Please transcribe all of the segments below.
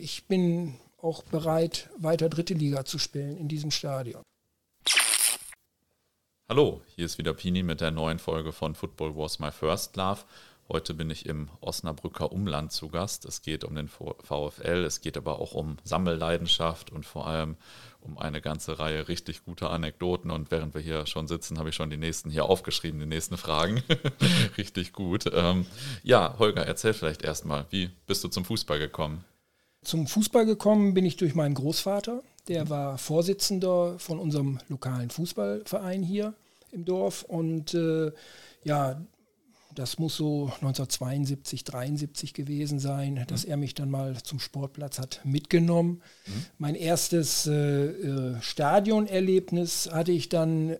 Ich bin auch bereit, weiter dritte Liga zu spielen in diesem Stadion. Hallo, hier ist wieder Pini mit der neuen Folge von Football Was My First Love. Heute bin ich im Osnabrücker Umland zu Gast. Es geht um den VfL, es geht aber auch um Sammelleidenschaft und vor allem um eine ganze Reihe richtig guter Anekdoten. Und während wir hier schon sitzen, habe ich schon die nächsten hier aufgeschrieben, die nächsten Fragen. Richtig gut. Ja, Holger, erzähl vielleicht erstmal, wie bist du zum Fußball gekommen? Zum Fußball gekommen bin ich durch meinen Großvater. Der war Vorsitzender von unserem lokalen Fußballverein hier im Dorf. Und das muss so 1972, 73 gewesen sein, dass er mich dann mal zum Sportplatz hat mitgenommen. Mein erstes Stadionerlebnis hatte ich dann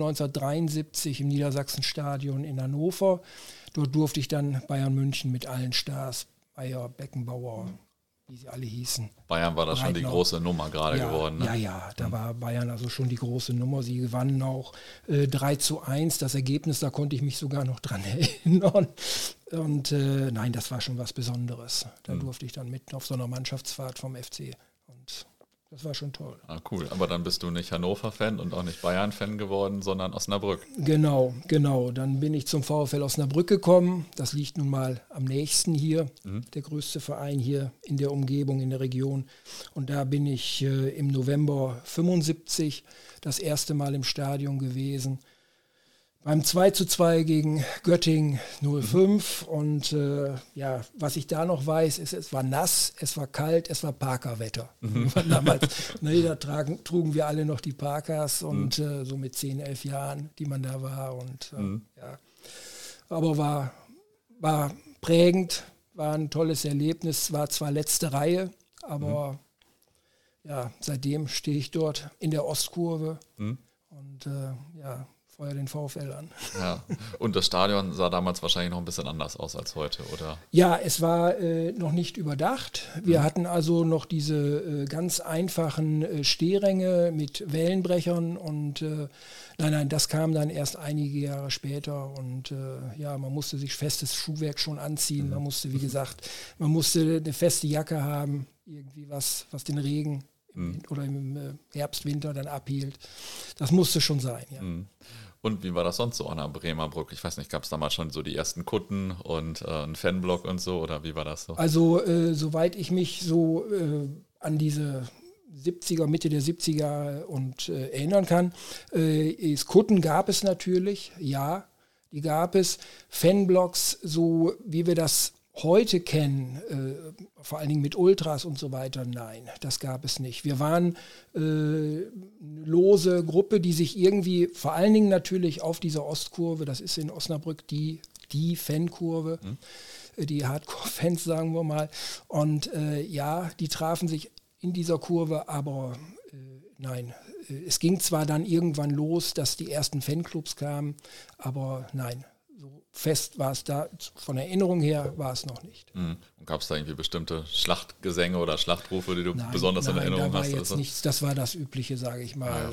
1973 im Niedersachsenstadion in Hannover. Dort durfte ich dann Bayern München mit allen Stars, Bayer, Beckenbauer, wie sie alle hießen. Bayern war da schon die große Nummer gerade geworden. Ne? Ja, da war Bayern also schon die große Nummer. Sie gewannen auch 3:1. Das Ergebnis, da konnte ich mich sogar noch dran erinnern. Und nein, das war schon was Besonderes. Da durfte ich dann mit auf so einer Mannschaftsfahrt vom FC. Und das war schon toll. Ah, cool. Aber dann bist du nicht Hannover-Fan und auch nicht Bayern-Fan geworden, sondern Osnabrück. Genau. Dann bin ich zum VfL Osnabrück gekommen. Das liegt nun mal am nächsten hier, der größte Verein hier in der Umgebung, in der Region. Und da bin ich im November 75 das erste Mal im Stadion gewesen. Beim 2:2 gegen Göttingen 05 und was ich da noch weiß, ist, es war nass, es war kalt, es war Parkerwetter. Damals, da trugen wir alle noch die Parkers und so mit 10, 11 Jahren, die man da war. Und aber war prägend, war ein tolles Erlebnis, war zwar letzte Reihe, aber seitdem stehe ich dort in der Ostkurve und feuer den VfL an. Ja, und das Stadion sah damals wahrscheinlich noch ein bisschen anders aus als heute, oder? Ja, es war noch nicht überdacht. Wir hatten also noch diese ganz einfachen Stehränge mit Wellenbrechern und nein, das kam dann erst einige Jahre später und man musste sich festes Schuhwerk schon anziehen. Man musste, wie gesagt, eine feste Jacke haben, irgendwie was den Regen oder im Herbst, Winter dann abhielt. Das musste schon sein, ja. Und wie war das sonst so an der Bremer Brücke? Ich weiß nicht, gab es damals schon so die ersten Kutten und einen Fanblock und so, oder wie war das so? Also soweit ich mich so an diese 70er, Mitte der 70er und erinnern kann, Kutten gab es natürlich, ja, die gab es. Fanblocks, so wie wir das heute kennen, vor allen Dingen mit Ultras und so weiter, nein, das gab es nicht. Wir waren eine lose Gruppe, die sich irgendwie, vor allen Dingen natürlich auf dieser Ostkurve, das ist in Osnabrück die Fankurve, die Hardcore-Fans, sagen wir mal, und die trafen sich in dieser Kurve, aber nein, es ging zwar dann irgendwann los, dass die ersten Fanclubs kamen, aber nein, so fest war es da, von Erinnerung her war es noch nicht. Und gab es da irgendwie bestimmte Schlachtgesänge oder Schlachtrufe, die du besonders in Erinnerung hast? Nein, da war jetzt nichts, das war das Übliche, sage ich mal,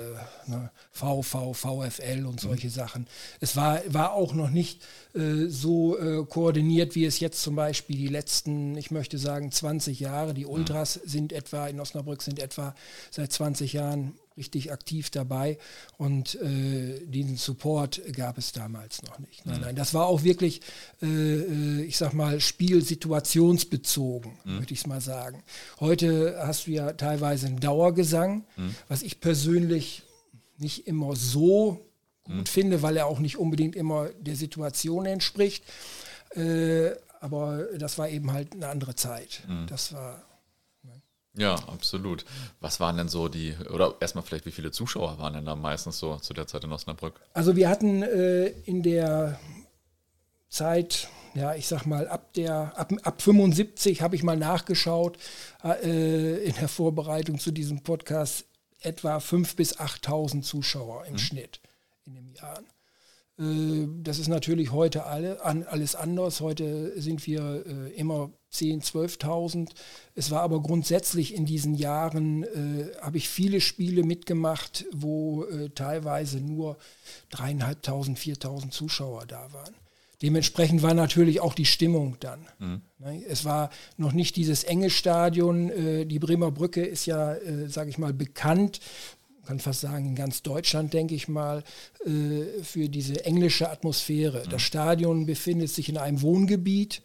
VfL und solche Sachen. Es war auch noch nicht so koordiniert, wie es jetzt zum Beispiel die letzten, ich möchte sagen, 20 Jahre, die Ultras in Osnabrück sind etwa seit 20 Jahren richtig aktiv dabei und diesen Support gab es damals noch nicht. Nein, das war auch wirklich, ich sag mal, spielsituationsbezogen, würde ich es mal sagen. Heute hast du ja teilweise einen Dauergesang, was ich persönlich nicht immer so gut finde, weil er auch nicht unbedingt immer der Situation entspricht. Aber das war eben halt eine andere Zeit. Das war... Ja, absolut. Was waren denn so oder erstmal vielleicht, wie viele Zuschauer waren denn da meistens so zu der Zeit in Osnabrück? Also wir hatten in der Zeit, ich sag mal, ab 75 habe ich mal nachgeschaut, in der Vorbereitung zu diesem Podcast, etwa 5.000 bis 8.000 Zuschauer im Schnitt in den Jahren. Das ist natürlich heute alles anders. Heute sind wir immer 10.000, 12.000. Es war aber grundsätzlich in diesen Jahren, habe ich viele Spiele mitgemacht, wo teilweise nur 3.500, 4.000 Zuschauer da waren. Dementsprechend war natürlich auch die Stimmung dann. Es war noch nicht dieses enge Stadion. Die Bremer Brücke ist ja, sage ich mal, bekannt, man kann fast sagen in ganz Deutschland, denke ich mal, für diese englische Atmosphäre. Das Stadion befindet sich in einem Wohngebiet.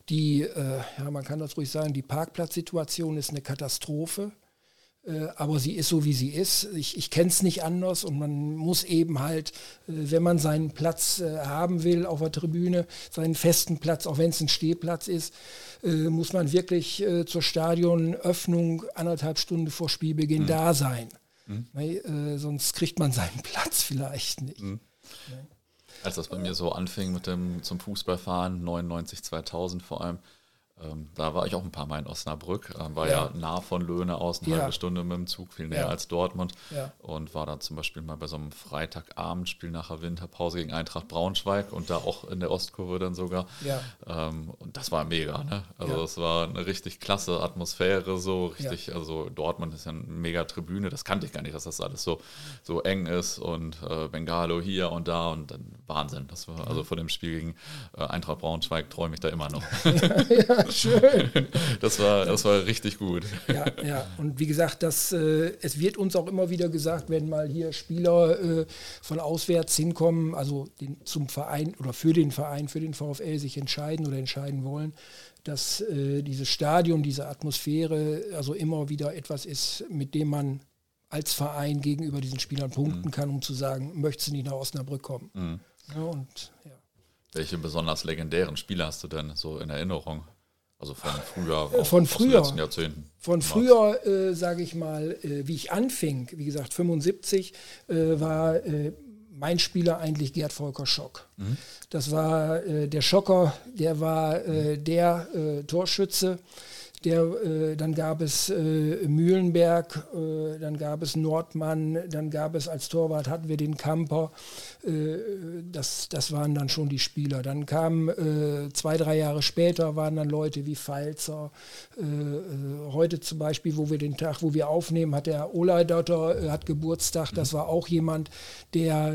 Man kann das ruhig sagen, die Parkplatzsituation ist eine Katastrophe. Aber sie ist so, wie sie ist. Ich kenne es nicht anders und man muss eben halt, wenn man seinen Platz haben will auf der Tribüne, seinen festen Platz, auch wenn es ein Stehplatz ist, muss man wirklich zur Stadionöffnung 1,5 Stunden vor Spielbeginn da sein. Sonst kriegt man seinen Platz vielleicht nicht. Als das bei mir so anfing mit dem zum Fußballfahren, 99, 2000 vor allem, da war ich auch ein paar Mal in Osnabrück, war ja nah von Löhne aus, eine halbe Stunde mit dem Zug, viel näher als Dortmund und war da zum Beispiel mal bei so einem Freitagabendspiel nach der Winterpause gegen Eintracht Braunschweig und da auch in der Ostkurve dann sogar und das war mega, ne? Also es war eine richtig klasse Atmosphäre, so richtig, also Dortmund ist ja eine mega Tribüne, das kannte ich gar nicht, dass das alles so eng ist und Bengalo hier und da und dann Wahnsinn, das war also vor dem Spiel gegen Eintracht Braunschweig träume ich da immer noch. Schön. Das war richtig gut. Ja. Und wie gesagt, es wird uns auch immer wieder gesagt, wenn mal hier Spieler von auswärts hinkommen, also zum Verein oder für den Verein, für den VfL sich entscheiden wollen, dass dieses Stadion, diese Atmosphäre also immer wieder etwas ist, mit dem man als Verein gegenüber diesen Spielern punkten kann, um zu sagen, möchtest du nicht nach Osnabrück kommen? Welche besonders legendären Spiele hast du denn so in Erinnerung? Also von früher, aus den letzten Jahrzehnten. Von früher, sage ich mal, wie ich anfing, wie gesagt, 75, war mein Spieler eigentlich Gerd Volker Schock. Das war der Schocker, der war der Torschütze. Dann gab es Mühlenberg, dann gab es Nordmann, dann gab es als Torwart hatten wir den Kamper. Das waren dann schon die Spieler. Dann kamen 2-3 Jahre später waren dann Leute wie Pfalzer. Heute zum Beispiel, wo wir aufnehmen, hat der Olaidotter hat Geburtstag. Das war auch jemand, der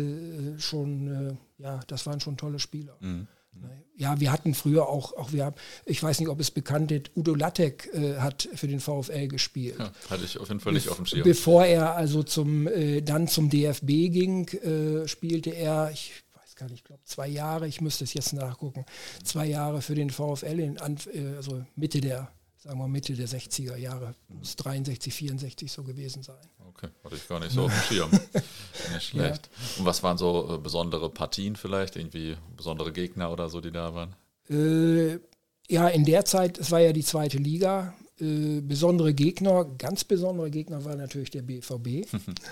das waren schon tolle Spieler. Ja, wir hatten früher ich weiß nicht, ob es bekannt ist, Udo Lattek hat für den VfL gespielt. Ja, hatte ich auf jeden Fall nicht auf dem Schirm. Bevor er also dann zum DFB ging, spielte er, ich weiß gar nicht, ich glaube 2 Jahre, ich müsste es jetzt nachgucken, 2 Jahre für den VfL, also Mitte der 60er Jahre, muss 63, 64 so gewesen sein. Okay, hatte ich gar nicht so auf dem Schirm. Nicht schlecht. Ja. Und was waren so besondere Partien vielleicht, irgendwie besondere Gegner oder so, die da waren? In der Zeit, es war ja die 2. Liga, ganz besondere Gegner war natürlich der BVB.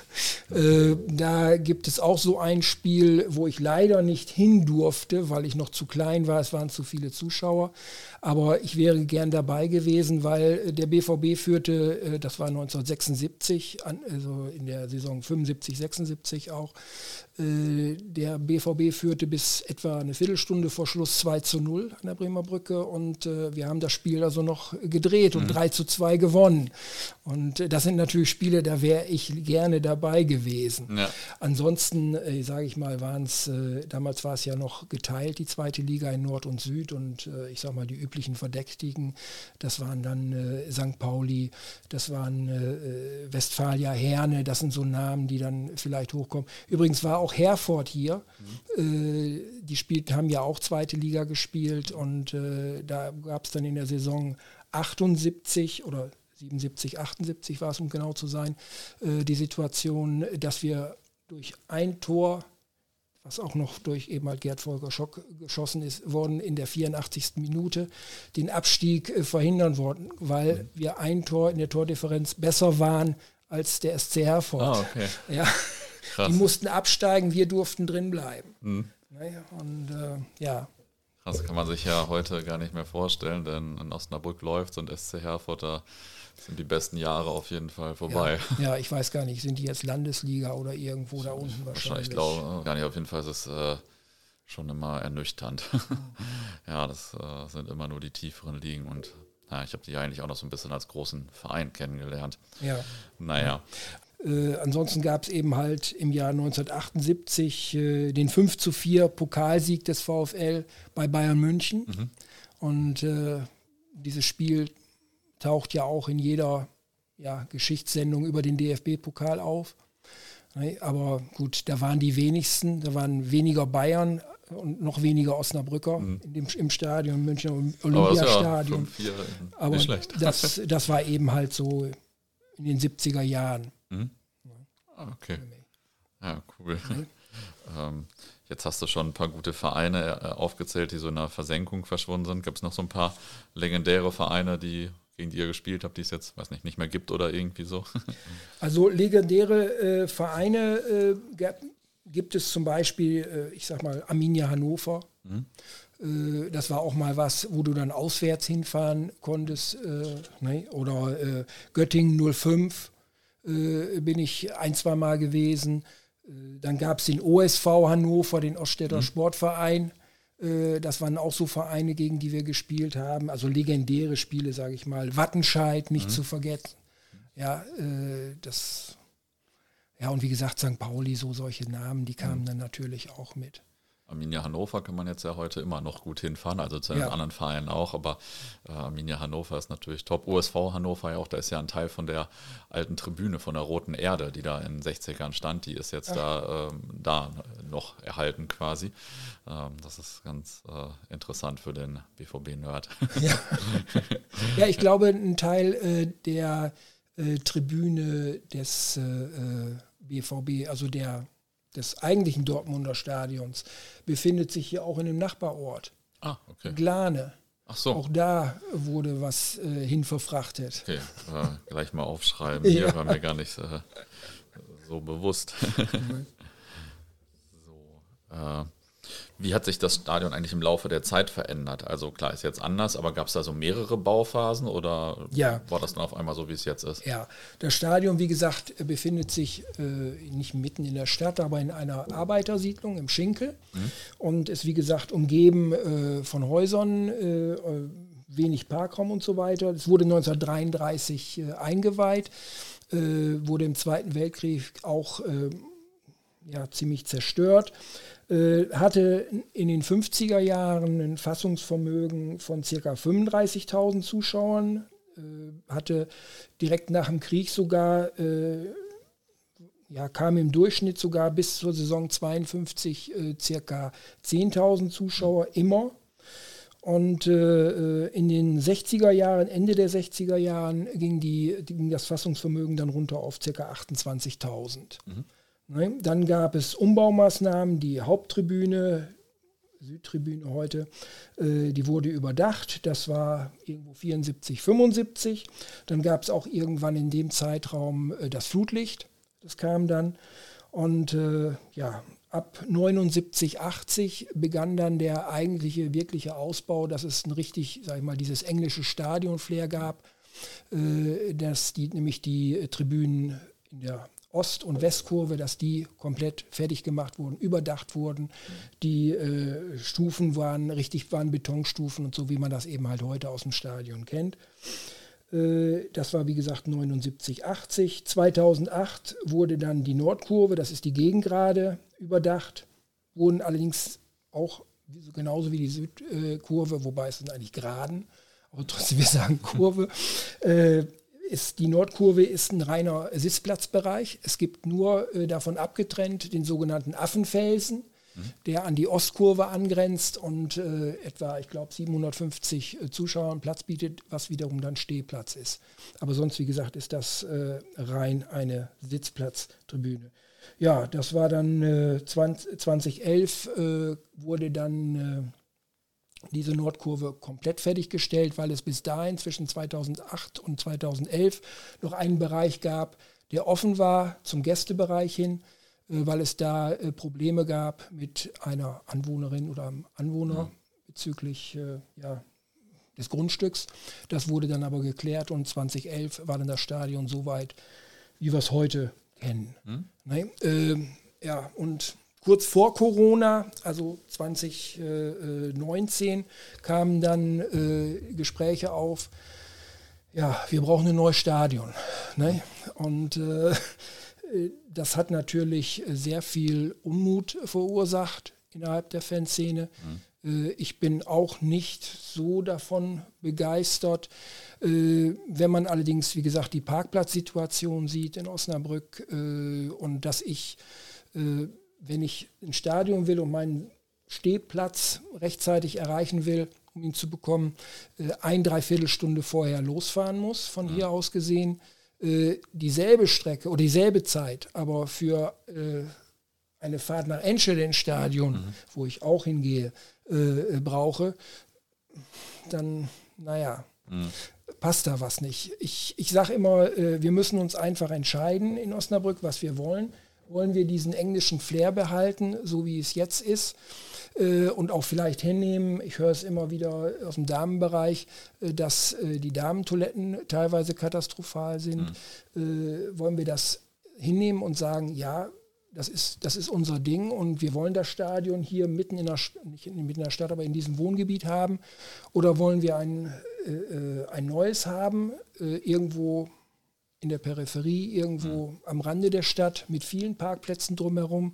Da gibt es auch so ein Spiel, wo ich leider nicht hin durfte, weil ich noch zu klein war, es waren zu viele Zuschauer. Aber ich wäre gern dabei gewesen, weil der BVB führte, das war 1976, also in der Saison 75, 76 auch, der BVB führte bis etwa eine Viertelstunde vor Schluss 2:0 an der Bremer Brücke und wir haben das Spiel also noch gedreht und 3:2 gewonnen. Und das sind natürlich Spiele, da wäre ich gerne dabei gewesen. Ja. Ansonsten, sage ich mal, damals war es ja noch geteilt, die 2. Liga in Nord und Süd und ich sage mal, die üblichen Verdächtigen, das waren dann St. Pauli, das waren Westfalia Herne, das sind so Namen, die dann vielleicht hochkommen. Übrigens war auch Herford hier, die haben ja auch 2. Liga gespielt und da gab es dann in der Saison 78 oder 77, 78 war es, um genau zu sein, die Situation, dass wir durch ein Tor, was auch noch durch eben halt Gerd Volker Schock geschossen ist, worden in der 84. Minute den Abstieg verhindern wollten, weil wir ein Tor in der Tordifferenz besser waren als der SC Herford. Ah, okay. Ja. Krass. Die mussten absteigen, wir durften drin bleiben. Und Das kann man sich ja heute gar nicht mehr vorstellen, denn in Osnabrück läuft und SC Herford, da sind die besten Jahre auf jeden Fall vorbei. Ja, ich weiß gar nicht, sind die jetzt Landesliga oder irgendwo da unten wahrscheinlich? Ich glaube gar nicht, auf jeden Fall ist es schon immer ernüchternd. Ja, das sind immer nur die tieferen Ligen und ich habe die eigentlich auch noch so ein bisschen als großen Verein kennengelernt. Ja. Naja. Ansonsten gab es eben halt im Jahr 1978 den 5:4 Pokalsieg des VfL bei Bayern München. Und dieses Spiel taucht ja auch in jeder Geschichtssendung über den DFB-Pokal auf. Aber gut, da waren die wenigsten, da waren weniger Bayern und noch weniger Osnabrücker im Stadion, Münchner Olympiastadion. Aber nicht schlecht. Das war eben halt so in den 70er Jahren. Okay. Ja, cool. Jetzt hast du schon ein paar gute Vereine aufgezählt, die so in der Versenkung verschwunden sind. Gab es noch so ein paar legendäre Vereine, gegen die ihr gespielt habt, die es jetzt, weiß nicht mehr gibt oder irgendwie so? Also legendäre Vereine gibt es zum Beispiel, ich sag mal, Arminia Hannover. Das war auch mal was, wo du dann auswärts hinfahren konntest. Oder Göttingen 05 bin ich 1-2 Mal gewesen. Dann gab es den OSV Hannover, den Oststädter Sportverein. Das waren auch so Vereine, gegen die wir gespielt haben. Also legendäre Spiele, sage ich mal. Wattenscheid, nicht zu vergessen. Ja, und wie gesagt, St. Pauli, so solche Namen, die kamen dann natürlich auch mit. Arminia Hannover kann man jetzt ja heute immer noch gut hinfahren, also zu einem anderen Vereinen auch, aber Arminia Hannover ist natürlich top. OSV Hannover ja auch, da ist ja ein Teil von der alten Tribüne, von der Roten Erde, die da in den 60ern stand, die ist jetzt da noch erhalten quasi. Das ist ganz interessant für den BVB-Nerd. Ja, ich glaube, ein Teil der Tribüne des BVB, also des eigentlichen Dortmunder Stadions, befindet sich hier auch in dem Nachbarort. Okay. Glane. Ach so. Auch da wurde was hinverfrachtet. Okay, gleich mal aufschreiben. Hier war mir gar nicht so bewusst. Wie hat sich das Stadion eigentlich im Laufe der Zeit verändert? Also klar, ist jetzt anders, aber gab es da so mehrere Bauphasen oder war das dann auf einmal so, wie es jetzt ist? Ja, das Stadion, wie gesagt, befindet sich nicht mitten in der Stadt, aber in einer Arbeitersiedlung im Schinkel und ist, wie gesagt, umgeben von Häusern, wenig Parkraum und so weiter. Es wurde 1933 eingeweiht, wurde im Zweiten Weltkrieg auch ziemlich zerstört. Hatte in den 50er Jahren ein Fassungsvermögen von ca. 35.000 Zuschauern, hatte direkt nach dem Krieg sogar, kam im Durchschnitt sogar bis zur Saison 52 ca. 10.000 Zuschauer immer. Und in den 60er Jahren, Ende der 60er Jahren, ging das Fassungsvermögen dann runter auf ca. 28.000. Dann gab es Umbaumaßnahmen, die Haupttribüne, Südtribüne heute, die wurde überdacht, das war irgendwo 74, 75. Dann gab es auch irgendwann in dem Zeitraum das Flutlicht, das kam dann. Und ab 79, 80 begann dann der eigentliche, wirkliche Ausbau, dass es ein richtig, sag ich mal, dieses englische Stadion-Flair gab, dass nämlich die Tribünen in der Ost- und Westkurve, dass die komplett fertig gemacht wurden, überdacht wurden. Die Stufen waren Betonstufen und so, wie man das eben halt heute aus dem Stadion kennt. Das war, wie gesagt, 79, 80. 2008 wurde dann die Nordkurve, das ist die Gegengrade, überdacht. Wurden allerdings auch genauso wie die Südkurve, wobei es sind eigentlich Geraden, aber trotzdem, wir sagen Kurve. Die Nordkurve ist ein reiner Sitzplatzbereich. Es gibt nur davon abgetrennt den sogenannten Affenfelsen, der an die Ostkurve angrenzt und etwa, ich glaube, 750 Zuschauern Platz bietet, was wiederum dann Stehplatz ist. Aber sonst, wie gesagt, ist das rein eine Sitzplatztribüne. Ja, das war dann 2011 wurde dann diese Nordkurve komplett fertiggestellt, weil es bis dahin zwischen 2008 und 2011 noch einen Bereich gab, der offen war zum Gästebereich hin, weil es da Probleme gab mit einer Anwohnerin oder einem Anwohner bezüglich des Grundstücks. Das wurde dann aber geklärt und 2011 war dann das Stadion so weit, wie wir es heute kennen. Und kurz vor Corona, also 2019, kamen dann Gespräche auf, wir brauchen ein neues Stadion. Und Das hat natürlich sehr viel Unmut verursacht innerhalb der Fanszene. Ich bin auch nicht so davon begeistert. Wenn man allerdings, wie gesagt, die Parkplatzsituation sieht in Osnabrück und dass ich, wenn ich ins Stadion will und meinen Stehplatz rechtzeitig erreichen will, um ihn zu bekommen, 1/3 Stunde vorher losfahren muss, von hier aus gesehen, dieselbe Strecke oder dieselbe Zeit, aber für eine Fahrt nach Enschede ins Stadion, wo ich auch hingehe, brauche, dann, passt da was nicht. Ich sage immer, wir müssen uns einfach entscheiden in Osnabrück, was wir wollen. Wollen wir diesen englischen Flair behalten, so wie es jetzt ist, und auch vielleicht hinnehmen, ich höre es immer wieder aus dem Damenbereich, dass die Damentoiletten teilweise katastrophal sind. Wollen wir das hinnehmen und sagen, ja, das ist unser Ding und wir wollen das Stadion hier mitten in der nicht mitten in der Stadt, aber in diesem Wohngebiet haben? Oder wollen wir ein neues haben, irgendwo in der Peripherie, irgendwo am Rande der Stadt mit vielen Parkplätzen drumherum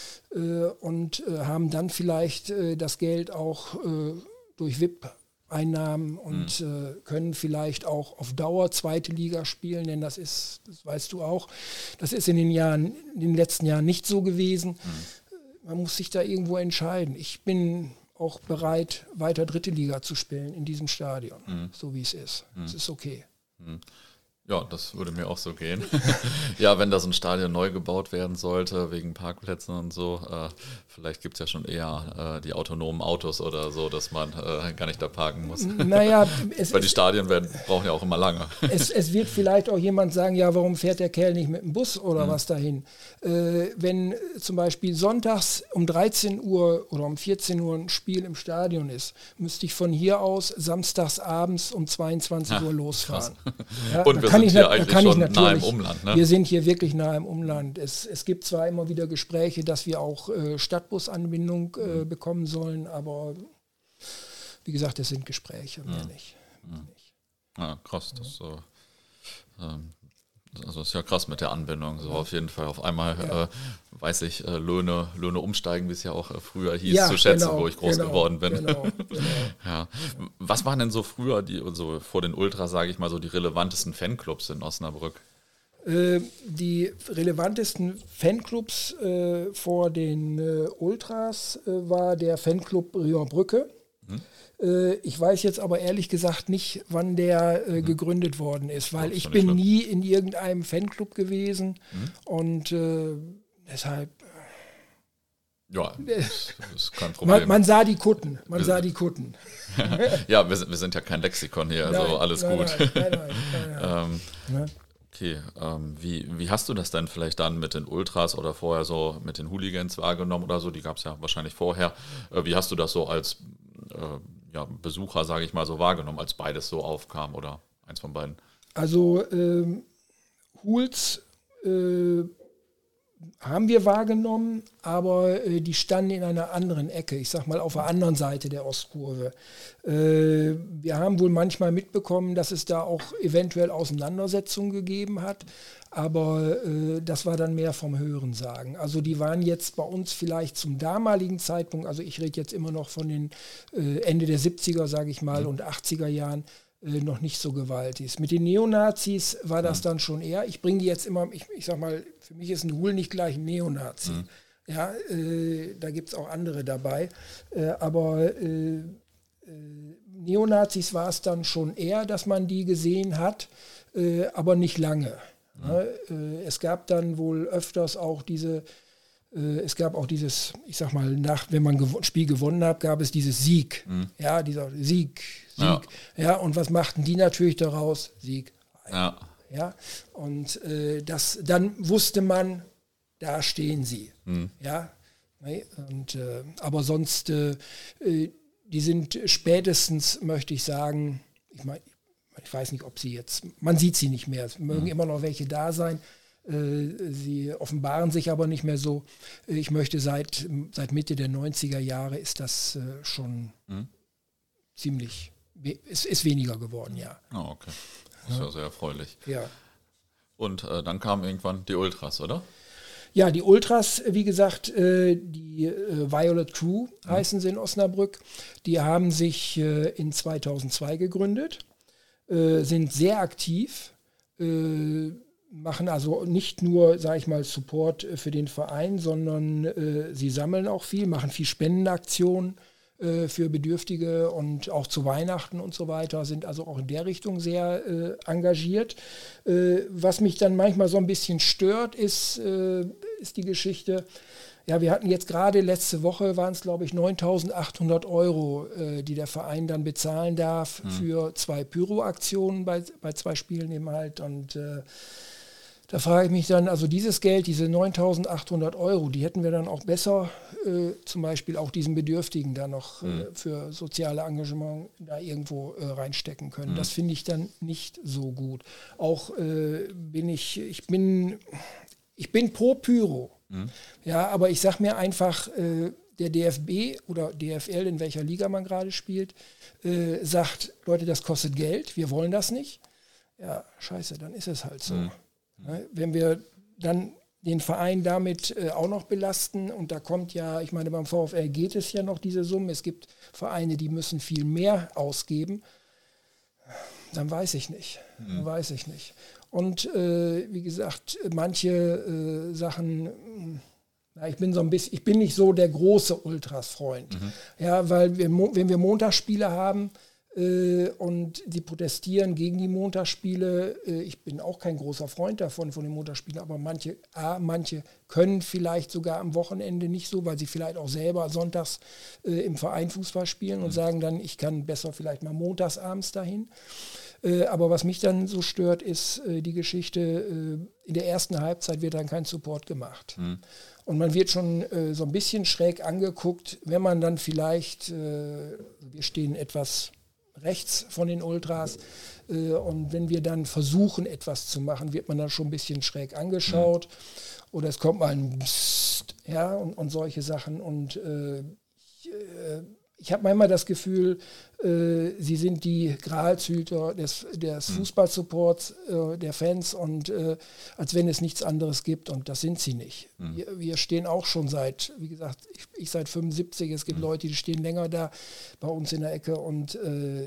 und haben dann vielleicht das Geld auch durch VIP-Einnahmen und können vielleicht auch auf Dauer zweite Liga spielen, denn das weißt du auch, das ist in den letzten Jahren nicht so gewesen. Man muss sich da irgendwo entscheiden. Ich bin auch bereit, weiter dritte Liga zu spielen in diesem Stadion, so wie es ist. Es ist okay. Ja, das würde mir auch so gehen. Ja, wenn da so ein Stadion neu gebaut werden sollte, wegen Parkplätzen und so, vielleicht gibt es ja schon eher die autonomen Autos oder so, dass man gar nicht da parken muss. Naja, weil die Stadien brauchen ja auch immer lange. Es wird vielleicht auch jemand sagen, ja, warum fährt der Kerl nicht mit dem Bus oder was dahin? Wenn zum Beispiel sonntags um 13 Uhr oder um 14 Uhr ein Spiel im Stadion ist, müsste ich von hier aus samstags abends um 22 Uhr losfahren. Ja, und wir sind hier eigentlich schon nah im Umland. Ne? Wir sind hier wirklich nah im Umland. Es gibt zwar immer wieder Gespräche, dass wir auch Stadtbusanbindung bekommen sollen, aber wie gesagt, es sind Gespräche, mehr nicht. Ja, krass. Das ist ja krass mit der Anbindung. So auf jeden Fall. Auf einmal weiß ich Löhne umsteigen, wie es ja auch früher hieß, zu schätzen, wo ich groß geworden bin. Genau. Ja. Was waren denn so früher, so vor den Ultras, sage ich mal, so die relevantesten Fanclubs in Osnabrück? Die relevantesten Fanclubs vor den Ultras war der Fanclub Riemerbrücke. Ich weiß jetzt aber ehrlich gesagt nicht, wann der gegründet worden ist, weil ich bin nie in irgendeinem Fanclub gewesen und deshalb... Ja, das ist kein Problem. Man sah die Kutten, Ja, wir sind ja kein Lexikon hier, also alles gut. Nein. Okay, wie hast du das denn vielleicht dann mit den Ultras oder vorher so mit den Hooligans wahrgenommen oder so? Die gab es ja wahrscheinlich vorher. Wie hast du das so als Besucher, sage ich mal, so wahrgenommen, als beides so aufkam oder eins von beiden? Also Hools haben wir wahrgenommen, aber die standen in einer anderen Ecke, ich sag mal auf der anderen Seite der Ostkurve. Wir haben wohl manchmal mitbekommen, dass es da auch eventuell Auseinandersetzungen gegeben hat, aber das war dann mehr vom Hörensagen. Also die waren jetzt bei uns vielleicht zum damaligen Zeitpunkt, also ich rede jetzt immer noch von den Ende der 70er, sage ich mal, und 80er Jahren, noch nicht so gewaltig. Mit den Neonazis war das dann schon eher. Ich bringe die jetzt immer, ich sag mal, für mich ist ein Hool nicht gleich ein Neonazi. Ja, da gibt es auch andere dabei. Aber Neonazis war es dann schon eher, dass man die gesehen hat, aber nicht lange. Es gab dann wohl öfters auch es gab auch dieses, ich sag mal, wenn man ein Spiel gewonnen hat, gab es dieses Sieg. Ja, dieser Sieg. Ja, und was machten die natürlich daraus? Sieg. Ja, und dann wusste man, da stehen sie. Ja, und, aber sonst, die sind spätestens, möchte ich sagen, ich weiß nicht, ob sie jetzt, man sieht sie nicht mehr, es mögen immer noch welche da sein, sie offenbaren sich aber nicht mehr so. Ich möchte seit Mitte der 90er Jahre ist das schon ziemlich, ist weniger geworden, ja. Oh, okay. Das ist ja sehr erfreulich. Ja. Und dann kamen irgendwann die Ultras, oder? Ja, die Ultras, wie gesagt, die Violet Crew heißen sie in Osnabrück. Die haben sich in 2002 gegründet, sind sehr aktiv, machen also nicht nur, sage ich mal, Support für den Verein, sondern sie sammeln auch viel, machen viel Spendenaktionen für Bedürftige und auch zu Weihnachten und so weiter, sind also auch in der Richtung sehr engagiert. Was mich dann manchmal so ein bisschen stört, ist die Geschichte, ja, wir hatten jetzt gerade letzte Woche, waren es glaube ich 9.800 €, die der Verein dann bezahlen darf für 2 Pyro-Aktionen bei 2 Spielen eben halt. Und da frage ich mich dann, also dieses Geld, diese 9.800 €, die hätten wir dann auch besser zum Beispiel auch diesen Bedürftigen da noch für soziale Engagement da irgendwo reinstecken können. Das finde ich dann nicht so gut. Auch bin ich bin pro Pyro. Ja, aber ich sage mir einfach, der DFB oder DFL, in welcher Liga man gerade spielt, sagt, Leute, das kostet Geld, wir wollen das nicht. Ja, scheiße, dann ist es halt so. Wenn wir dann den Verein damit auch noch belasten und da kommt ja, ich meine beim VfL geht es ja noch diese Summe, es gibt Vereine, die müssen viel mehr ausgeben, dann weiß ich nicht. Und wie gesagt, manche Sachen, ich bin nicht so der große Ultras-Freund. Ja, weil wenn wir Montagsspiele haben, und die protestieren gegen die Montagsspiele. Ich bin auch kein großer Freund von den Montagsspielen, aber manche können vielleicht sogar am Wochenende nicht so, weil sie vielleicht auch selber sonntags im Verein Fußball spielen und sagen dann, ich kann besser vielleicht mal montags abends dahin. Aber was mich dann so stört, ist die Geschichte, in der ersten Halbzeit wird dann kein Support gemacht. Und man wird schon so ein bisschen schräg angeguckt, wenn man dann vielleicht, wir stehen etwas rechts von den Ultras. Und wenn wir dann versuchen, etwas zu machen, wird man dann schon ein bisschen schräg angeschaut. Oder es kommt mal ein Psst, ja, und solche Sachen. Und ich habe manchmal das Gefühl, sie sind die Gralshüter des Fußballsupports der Fans und als wenn es nichts anderes gibt. Und das sind sie nicht. Wir stehen auch schon wie gesagt, ich seit 75. Es gibt Leute, die stehen länger da bei uns in der Ecke und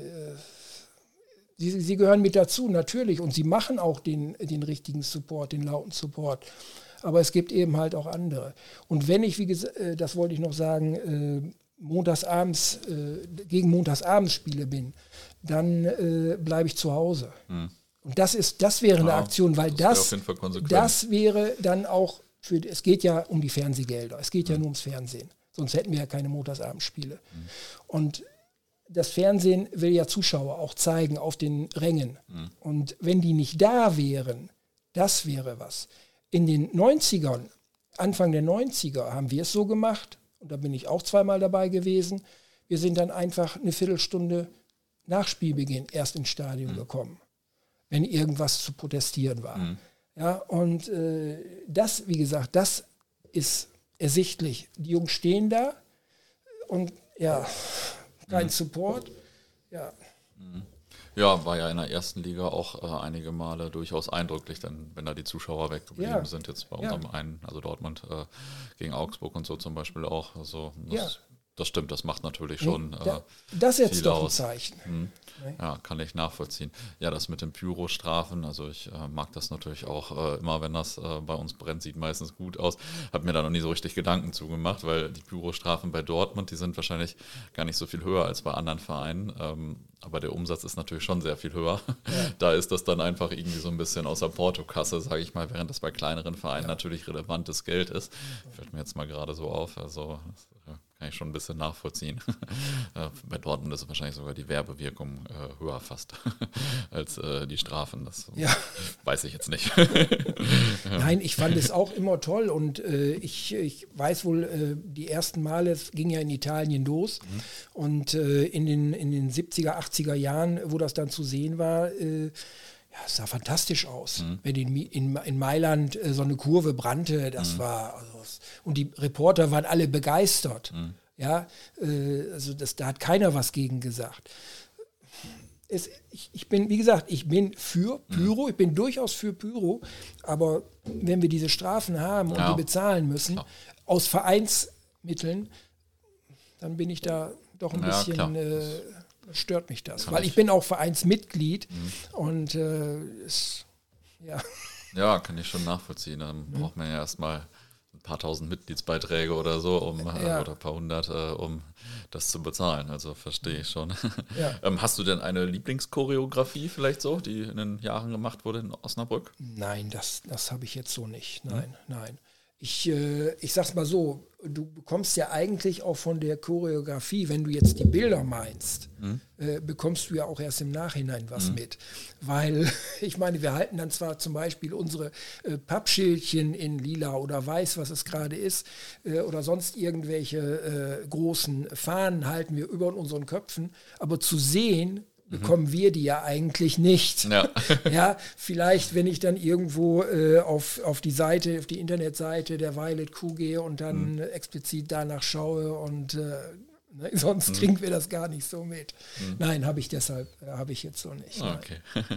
sie gehören mit dazu, natürlich. Und sie machen auch den richtigen Support, den lauten Support. Aber es gibt eben halt auch andere. Und wenn ich, wie gesagt, das wollte ich noch sagen, gegen Montagsabendspiele bin, dann bleibe ich zu Hause. Und das wäre eine Aktion, weil das wäre dann auch, es geht ja um die Fernsehgelder, es geht ja nur ums Fernsehen, sonst hätten wir ja keine Montagsabendspiele. Und das Fernsehen will ja Zuschauer auch zeigen auf den Rängen. Und wenn die nicht da wären, das wäre was. In den 90ern, Anfang der 90er, haben wir es so gemacht, und da bin ich auch zweimal dabei gewesen. Wir sind dann einfach eine Viertelstunde nach Spielbeginn erst ins Stadion gekommen, wenn irgendwas zu protestieren war. Ja, und das, wie gesagt, das ist ersichtlich. Die Jungs stehen da und ja, kein Support. Ja. Ja, war ja in der ersten Liga auch einige Male durchaus eindrücklich, denn wenn da die Zuschauer weggeblieben sind, jetzt bei unserem einen, also Dortmund gegen Augsburg und so zum Beispiel auch. Also das stimmt, das macht natürlich schon das ist jetzt doch ein Zeichen. Ja, kann ich nachvollziehen. Ja, das mit den Pyrostrafen, also ich mag das natürlich auch immer, wenn das bei uns brennt, sieht meistens gut aus. Habe mir da noch nie so richtig Gedanken zugemacht, weil die Pyrostrafen bei Dortmund, die sind wahrscheinlich gar nicht so viel höher als bei anderen Vereinen. Aber der Umsatz ist natürlich schon sehr viel höher. Ja. Da ist das dann einfach irgendwie so ein bisschen aus der Portokasse, sage ich mal, während das bei kleineren Vereinen natürlich relevantes Geld ist. Fällt mir jetzt mal gerade so auf. Also kann ich schon ein bisschen nachvollziehen. Bei Dortmund ist wahrscheinlich sogar die Werbewirkung höher fast als die Strafen. Das weiß ich jetzt nicht. Nein, ich fand es auch immer toll und ich weiß wohl, die ersten Male, es ging ja in Italien los und in den 70er, 80er Jahren, wo das dann zu sehen war, es sah fantastisch aus. Wenn in Mailand so eine Kurve brannte, das war, und die Reporter waren alle begeistert. Ja, also da hat keiner was gegen gesagt. ich bin, wie gesagt, ich bin für Pyro, ich bin durchaus für Pyro, aber wenn wir diese Strafen haben und die bezahlen müssen, aus Vereinsmitteln, dann bin ich da doch ein bisschen, stört mich das. Weil ich bin auch Vereinsmitglied und Ja, kann ich schon nachvollziehen. Dann braucht man ja erstmal ein paar tausend Mitgliedsbeiträge oder so, oder ein paar hundert, um das zu bezahlen. Also verstehe ich schon. Ja. Hast du denn eine Lieblingschoreografie vielleicht so, die in den Jahren gemacht wurde in Osnabrück? Nein, das habe ich jetzt so nicht. Nein. Ich sag's mal so, du bekommst ja eigentlich auch von der Choreografie, wenn du jetzt die Bilder meinst, bekommst du ja auch erst im Nachhinein was mit. Weil, ich meine, wir halten dann zwar zum Beispiel unsere Pappschildchen in lila oder weiß, was es gerade ist, oder sonst irgendwelche großen Fahnen halten wir über unseren Köpfen, aber zu sehen bekommen wir die ja eigentlich nicht. Ja. Ja, vielleicht, wenn ich dann irgendwo auf die Seite, auf die Internetseite der Violet Kuh gehe und dann explizit danach schaue und sonst kriegen wir das gar nicht so mit. Nein, habe ich jetzt so nicht. Okay.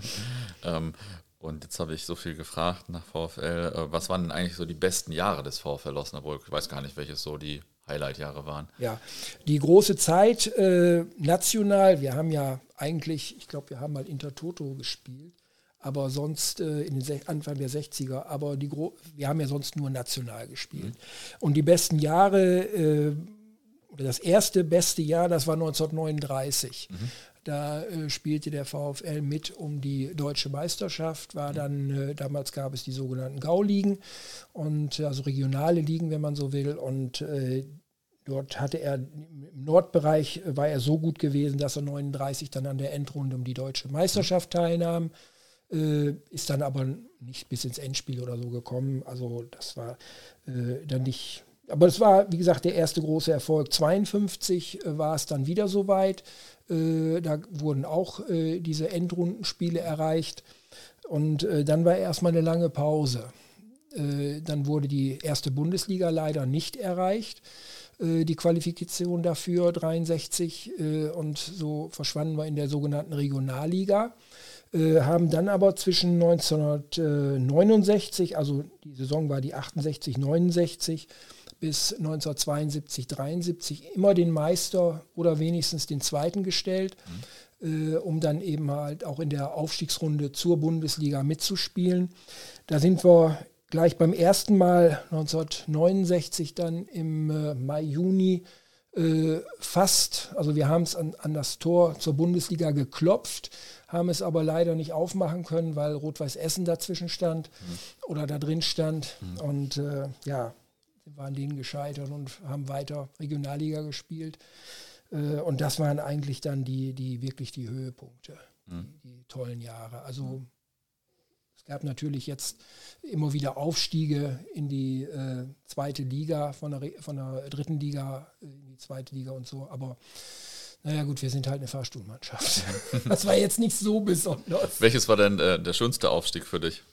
Und jetzt habe ich so viel gefragt nach VfL. Was waren denn eigentlich so die besten Jahre des VfL Osnabrück? Ich weiß gar nicht, welches so die Highlight-Jahre waren. Ja, die große Zeit national, wir haben ja eigentlich, ich glaube, wir haben mal Intertoto gespielt, aber sonst in den Anfang der 60er, aber wir haben ja sonst nur national gespielt. Und die besten Jahre, oder das erste beste Jahr, das war 1939. Da spielte der VfL mit um die deutsche Meisterschaft, war dann, damals gab es die sogenannten Gauligen, und also regionale Ligen, wenn man so will, und dort hatte er, im Nordbereich war er so gut gewesen, dass er 39 dann an der Endrunde um die deutsche Meisterschaft teilnahm, ist dann aber nicht bis ins Endspiel oder so gekommen, also das war dann nicht, aber es war, wie gesagt, der erste große Erfolg. 52 war es dann wieder soweit, da wurden auch diese Endrundenspiele erreicht, und dann war erstmal eine lange Pause. Dann wurde die erste Bundesliga leider nicht erreicht, die Qualifikation dafür, 63, und so verschwanden wir in der sogenannten Regionalliga, haben dann aber zwischen 1969, also die Saison war die 68, 69, bis 1972, 73 immer den Meister oder wenigstens den Zweiten gestellt, um dann eben halt auch in der Aufstiegsrunde zur Bundesliga mitzuspielen. Da sind wir gleich beim ersten Mal 1969 dann im Mai, Juni fast, also wir haben es an das Tor zur Bundesliga geklopft, haben es aber leider nicht aufmachen können, weil Rot-Weiß Essen dazwischen stand oder da drin stand, und wir waren denen gescheitert und haben weiter Regionalliga gespielt, und das waren eigentlich dann die wirklich die Höhepunkte, die tollen Jahre. Also es gab natürlich jetzt immer wieder Aufstiege in die zweite Liga, von der dritten Liga in die zweite Liga und so, aber naja gut, wir sind halt eine Fahrstuhlmannschaft. Das war jetzt nicht so besonders. Welches war denn der schönste Aufstieg für dich?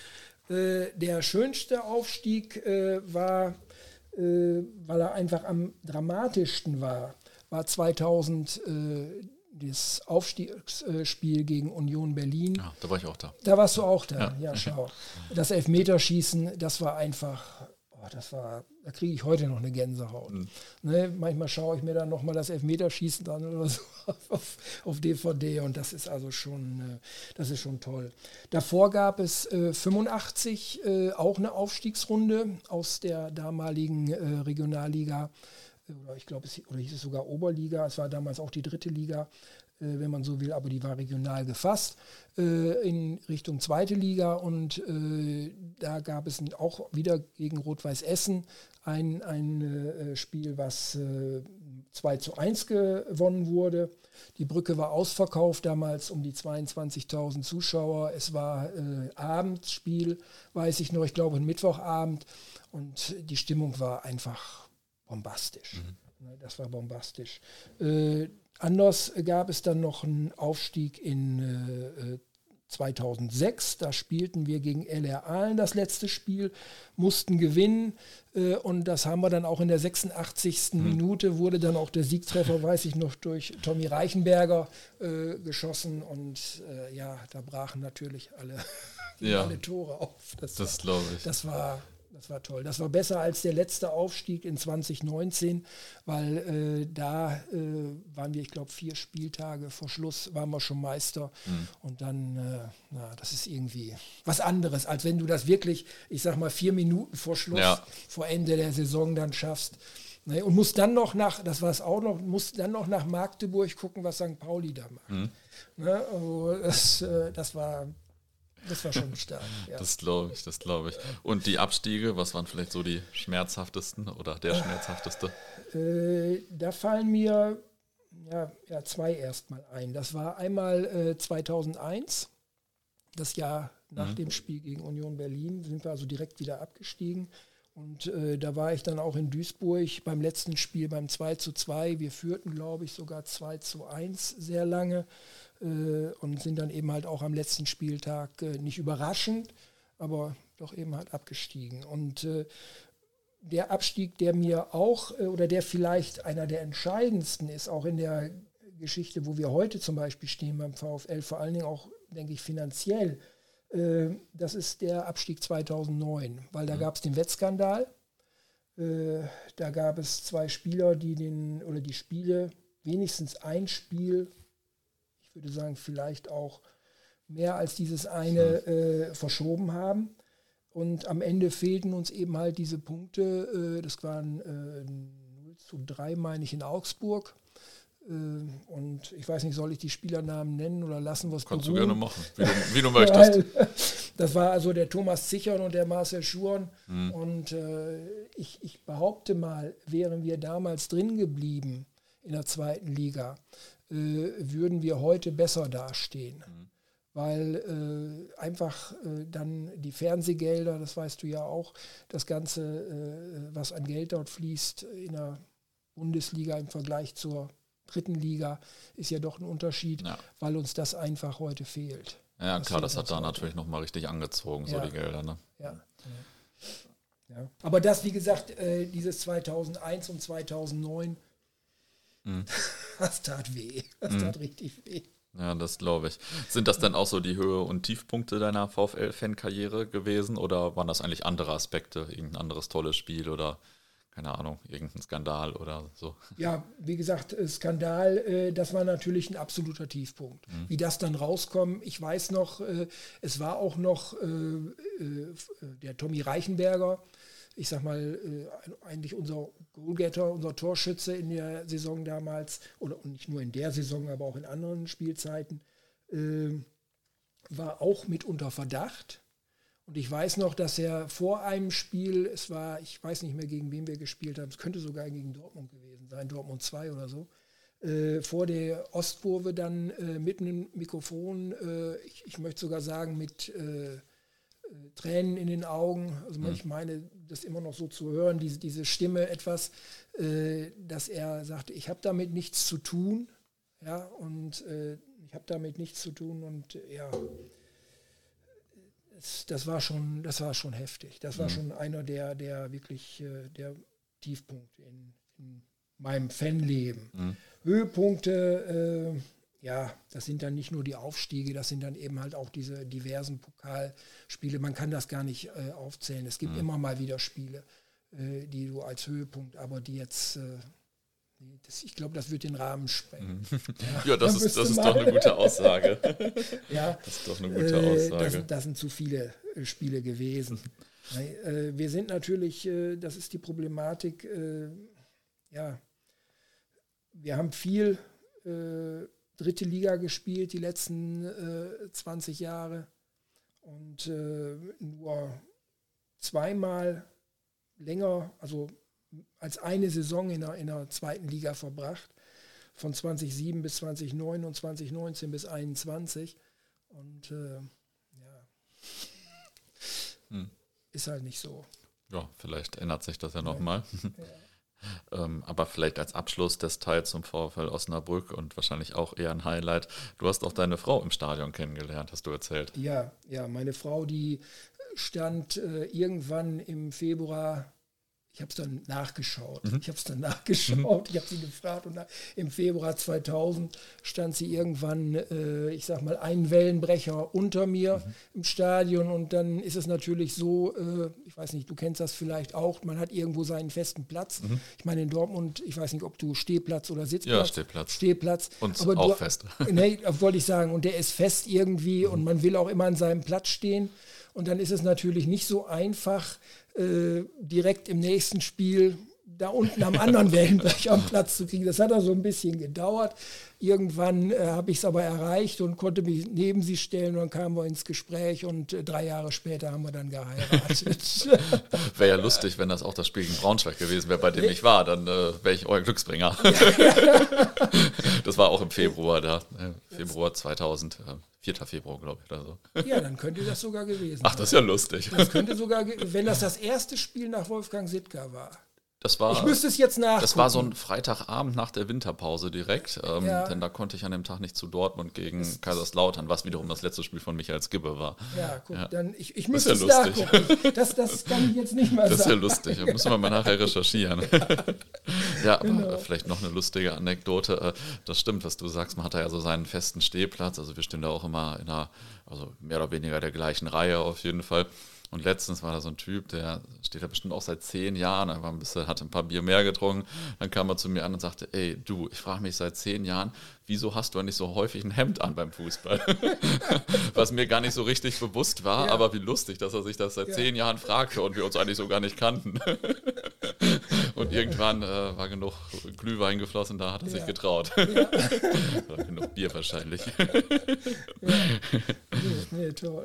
Der schönste Aufstieg war, weil er einfach am dramatischsten war 2000 das Aufstiegsspiel gegen Union Berlin. Ja, da war ich auch da. Da warst du auch da, ja schau. Das Elfmeterschießen, das war einfach, da kriege ich heute noch eine Gänsehaut. Ne, manchmal schaue ich mir dann nochmal das Elfmeterschießen an oder so auf DVD, und das ist also schon, das ist schon toll. Davor gab es 85 auch eine Aufstiegsrunde aus der damaligen Regionalliga, oder ich glaube, oder hieß es sogar Oberliga, es war damals auch die dritte Liga, wenn man so will, aber die war regional gefasst, in Richtung zweite Liga, und da gab es auch wieder gegen Rot-Weiß Essen ein Spiel, was 2:1 gewonnen wurde. Die Brücke war ausverkauft, damals um die 22.000 Zuschauer. Es war Abendspiel, weiß ich noch, ich glaube ein Mittwochabend, und die Stimmung war einfach bombastisch. Das war bombastisch. Anders gab es dann noch einen Aufstieg in 2006, da spielten wir gegen LR Aalen das letzte Spiel, mussten gewinnen und das haben wir dann auch in der 86. Minute, wurde dann auch der Siegtreffer, weiß ich noch, durch Tommy Reichenberger geschossen und da brachen natürlich alle Tore auf. Das glaube ich. Das war toll. Das war besser als der letzte Aufstieg in 2019, weil da waren wir, ich glaube, 4 Spieltage vor Schluss, waren wir schon Meister. Und dann, das ist irgendwie was anderes, als wenn du das wirklich, ich sag mal, 4 Minuten vor Schluss, vor Ende der Saison dann schaffst. Ne? Und musst dann noch nach Magdeburg gucken, was St. Pauli da macht. Ne? Also das war schon stark. Ja. Das glaube ich. Und die Abstiege, was waren vielleicht so die schmerzhaftesten oder der schmerzhafteste? Da fallen mir 2 erstmal ein. Das war einmal 2001, das Jahr nach dem Spiel gegen Union Berlin, sind wir also direkt wieder abgestiegen. Und da war ich dann auch in Duisburg beim letzten Spiel, beim 2:2. Wir führten, glaube ich, sogar 2:1 sehr lange. Und sind dann eben halt auch am letzten Spieltag nicht überraschend, aber doch eben halt abgestiegen. Und der Abstieg, der mir auch, oder der vielleicht einer der entscheidendsten ist, auch in der Geschichte, wo wir heute zum Beispiel stehen beim VfL, vor allen Dingen auch, denke ich, finanziell, das ist der Abstieg 2009, weil da gab es den Wettskandal. Da gab es 2 Spieler, die Spiele, wenigstens ein Spiel, ich würde sagen, vielleicht auch mehr als dieses eine verschoben haben. Und am Ende fehlten uns eben halt diese Punkte. Das waren 0:3, meine ich, in Augsburg. Und ich weiß nicht, soll ich die Spielernamen nennen oder lassen wir es beruhen? Kannst du gerne machen, wie du möchtest. Das war also der Thomas Zichern und der Marcel Schurn. Und ich behaupte mal, wären wir damals drin geblieben in der 2. Liga, würden wir heute besser dastehen. Weil einfach dann die Fernsehgelder, das weißt du ja auch, das Ganze, was an Geld dort fließt in der Bundesliga im Vergleich zur 3. Liga, ist ja doch ein Unterschied, weil uns das einfach heute fehlt. Ja, klar, das hat da natürlich nochmal richtig angezogen, so die Gelder. Ne? Ja. Aber das, wie gesagt, dieses 2001 und 2009, das tat weh. Das tat richtig weh. Ja, das glaube ich. Sind das dann auch so die Höhe- und Tiefpunkte deiner VfL-Fan-Karriere gewesen oder waren das eigentlich andere Aspekte? Irgendein anderes tolles Spiel oder, keine Ahnung, irgendein Skandal oder so? Ja, wie gesagt, Skandal, das war natürlich ein absoluter Tiefpunkt. Wie das dann rauskommt, ich weiß noch, es war auch noch der Tommy Reichenberger, ich sag mal, eigentlich unser Goalgetter, unser Torschütze in der Saison damals, oder nicht nur in der Saison, aber auch in anderen Spielzeiten, war auch mit unter Verdacht. Und ich weiß noch, dass er vor einem Spiel, es war, ich weiß nicht mehr, gegen wen wir gespielt haben, es könnte sogar gegen Dortmund gewesen sein, Dortmund 2 oder so, vor der Ostkurve dann mit einem Mikrofon, ich möchte sogar sagen, mit Tränen in den Augen, also ich meine, das immer noch so zu hören, diese Stimme etwas, dass er sagte, ich habe damit nichts zu tun, ja, und ich habe damit nichts zu tun und ja, das war schon heftig. Das war schon einer der wirklich der Tiefpunkte in meinem Fanleben. Höhepunkte, das sind dann nicht nur die Aufstiege, das sind dann eben halt auch diese diversen Pokalspiele. Man kann das gar nicht aufzählen. Es gibt immer mal wieder Spiele, die du als Höhepunkt, aber die jetzt, ich glaube, das wird den Rahmen sprengen. Ja, das ist doch eine gute Aussage. Ja, das ist doch eine gute Aussage. Das sind zu viele Spiele gewesen. Wir sind natürlich, das ist die Problematik, wir haben viel 3. Liga gespielt, die letzten 20 Jahre und nur 2-mal länger, also als eine Saison in der 2. Liga verbracht, von 2007 bis 2009 und 2019 bis 2021 und ist halt nicht so. Ja, vielleicht ändert sich das ja nochmal. Aber vielleicht als Abschluss des Teils zum VfL Osnabrück und wahrscheinlich auch eher ein Highlight. Du hast auch deine Frau im Stadion kennengelernt, hast du erzählt. Ja, meine Frau, die stand irgendwann im Februar. Ich habe es dann nachgeschaut. Ich habe sie gefragt und im Februar 2000 stand sie irgendwann, ich sag mal, einen Wellenbrecher unter mir im Stadion und dann ist es natürlich so, ich weiß nicht, du kennst das vielleicht auch, man hat irgendwo seinen festen Platz. Ich meine in Dortmund, ich weiß nicht, ob du Stehplatz oder Sitzplatz. Ja, Stehplatz. Und aber auch fest. Nee, wollte ich sagen, und der ist fest irgendwie und man will auch immer an seinem Platz stehen. Und dann ist es natürlich nicht so einfach, direkt im nächsten Spiel da unten am anderen Wellenbrecher am Platz zu kriegen. Das hat auch so ein bisschen gedauert. Irgendwann habe ich es aber erreicht und konnte mich neben sie stellen und dann kamen wir ins Gespräch und 3 Jahre später haben wir dann geheiratet. Wäre ja lustig, wenn das auch das Spiel gegen Braunschweig gewesen wäre, bei dem ich war, dann wäre ich euer Glücksbringer. Das war auch im Februar da, Februar 2000, 4. Februar, glaube ich, oder so. Ja, dann könnte das sogar gewesen sein. Ach, das ist ja lustig. Das könnte sogar, wenn das erste Spiel nach Wolfgang Sittger war. Ich müsste es jetzt nachgucken. Das war so ein Freitagabend nach der Winterpause direkt, denn da konnte ich an dem Tag nicht zu Dortmund gegen Kaiserslautern, was wiederum das letzte Spiel von Michael Skibbe war. Ja, gut, dann ich müsste es nachgucken. Das kann ich jetzt nicht mal sagen. Das ist ja lustig, da müssen wir mal nachher recherchieren. Ja, aber genau. Vielleicht noch eine lustige Anekdote. Das stimmt, was du sagst, man hat da ja so seinen festen Stehplatz, also wir stehen da auch immer in also mehr oder weniger der gleichen Reihe auf jeden Fall. Und letztens war da so ein Typ, der steht da bestimmt auch seit 10 Jahren, er war hatte ein paar Bier mehr getrunken. Dann kam er zu mir an und sagte, ey, du, ich frage mich seit 10 Jahren, wieso hast du eigentlich so häufig ein Hemd an beim Fußball? Was mir gar nicht so richtig bewusst war, aber wie lustig, dass er sich das seit 10 Jahren fragte und wir uns eigentlich so gar nicht kannten. Und irgendwann war genug Glühwein geflossen, da hat er sich getraut. Ja. Oder genug Bier wahrscheinlich. Nee, toll.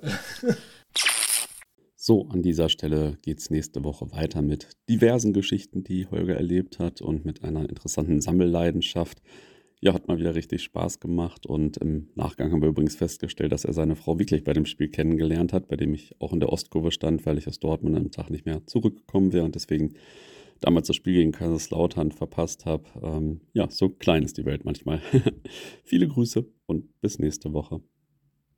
So, an dieser Stelle geht es nächste Woche weiter mit diversen Geschichten, die Holger erlebt hat und mit einer interessanten Sammelleidenschaft. Ja, hat mal wieder richtig Spaß gemacht und im Nachgang haben wir übrigens festgestellt, dass er seine Frau wirklich bei dem Spiel kennengelernt hat, bei dem ich auch in der Ostkurve stand, weil ich aus Dortmund am Tag nicht mehr zurückgekommen wäre und deswegen damals das Spiel gegen Kaiserslautern verpasst habe. Ja, so klein ist die Welt manchmal. Viele Grüße und bis nächste Woche.